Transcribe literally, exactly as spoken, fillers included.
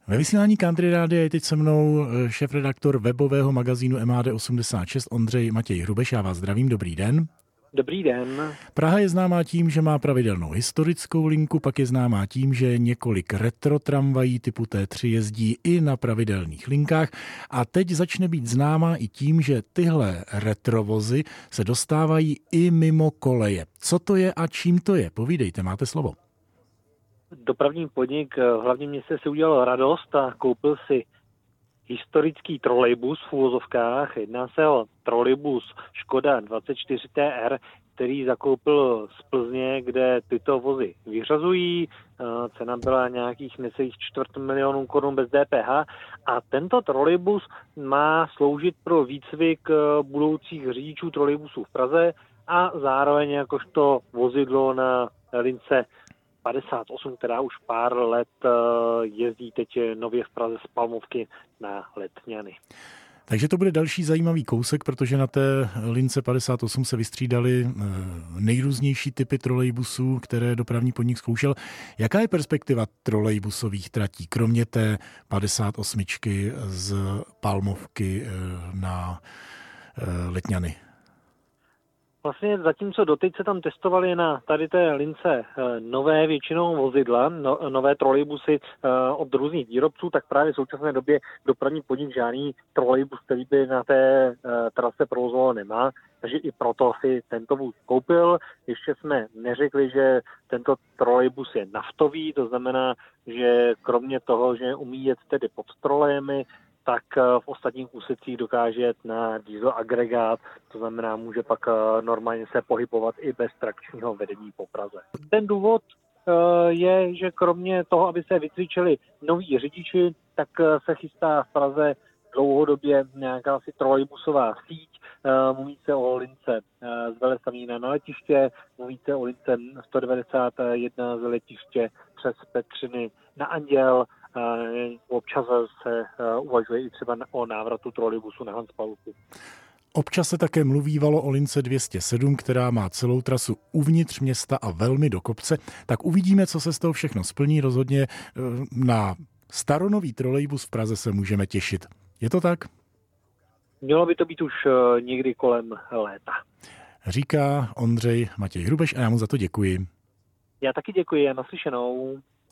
Ve vysílání Country Rádia je teď se mnou šéfredaktor webového magazínu M H D osmdesát šest Ondřej Matěj Hrubeš. Já vás zdravím, dobrý den. Dobrý den. Praha je známá tím, že má pravidelnou historickou linku, pak je známá tím, že několik retro tramvají typu T tři jezdí i na pravidelných linkách a teď začne být známá i tím, že tyhle retrovozy se dostávají i mimo koleje. Co to je a čím to je? Povídejte, máte slovo. Dopravní podnik v hlavním městě si udělal radost a koupil si historický trolejbus v uvozovkách. Jedná se o trolejbus Škoda dvacet čtyři T R, který zakoupil z Plzně, kde tyto vozy vyřazují. Cena byla nějakých necelých čtvrt milionu korun bez D P H a tento trolejbus má sloužit pro výcvik budoucích řidičů trolejbusů v Praze a zároveň jakožto vozidlo na lince padesát osm, která už pár let jezdí teď nově v Praze z Palmovky na Letňany. Takže to bude další zajímavý kousek, protože na té lince padesát osm se vystřídaly nejrůznější typy trolejbusů, které dopravní podnik zkoušel. Jaká je perspektiva trolejbusových tratí, kromě té padesát osm z Palmovky na Letňany? Vlastně zatímco doteď se tam testovaly na tady té lince nové většinou vozidla, no, nové trolejbusy od různých výrobců, tak právě v současné době dopravní podnik žádný trolejbus, který by na té trase provozoval, nemá. Takže i proto si tento vůz koupil. Ještě jsme neřekli, že tento trolejbus je naftový, to znamená, že kromě toho, že umí jet tedy pod trolejemi, tak v ostatních úsecích dokáže jet na diesel agregát, to znamená, může pak normálně se pohybovat i bez trakčního vedení po Praze. Ten důvod je, že kromě toho, aby se vycvičili noví řidiči, tak se chystá v Praze dlouhodobě nějaká asi trolejbusová síť. Mluví se o lince z Veleslavína na letiště, mluví se o lince sto devadesát jedna z letiště přes Petřiny na Anděl. Občas se uvažuje i třeba o návratu trolejbusu na Hanspalku. Občas se také mluvívalo o lince dvě stě sedm, která má celou trasu uvnitř města a velmi do kopce. Tak uvidíme, co se z toho všechno splní. Rozhodně na staronový trolejbus v Praze se můžeme těšit. Je to tak? Mělo by to být už někdy kolem léta. Říká Ondřej Matěj Hrubeš a já mu za to děkuji. Já taky děkuji a naslyšenou.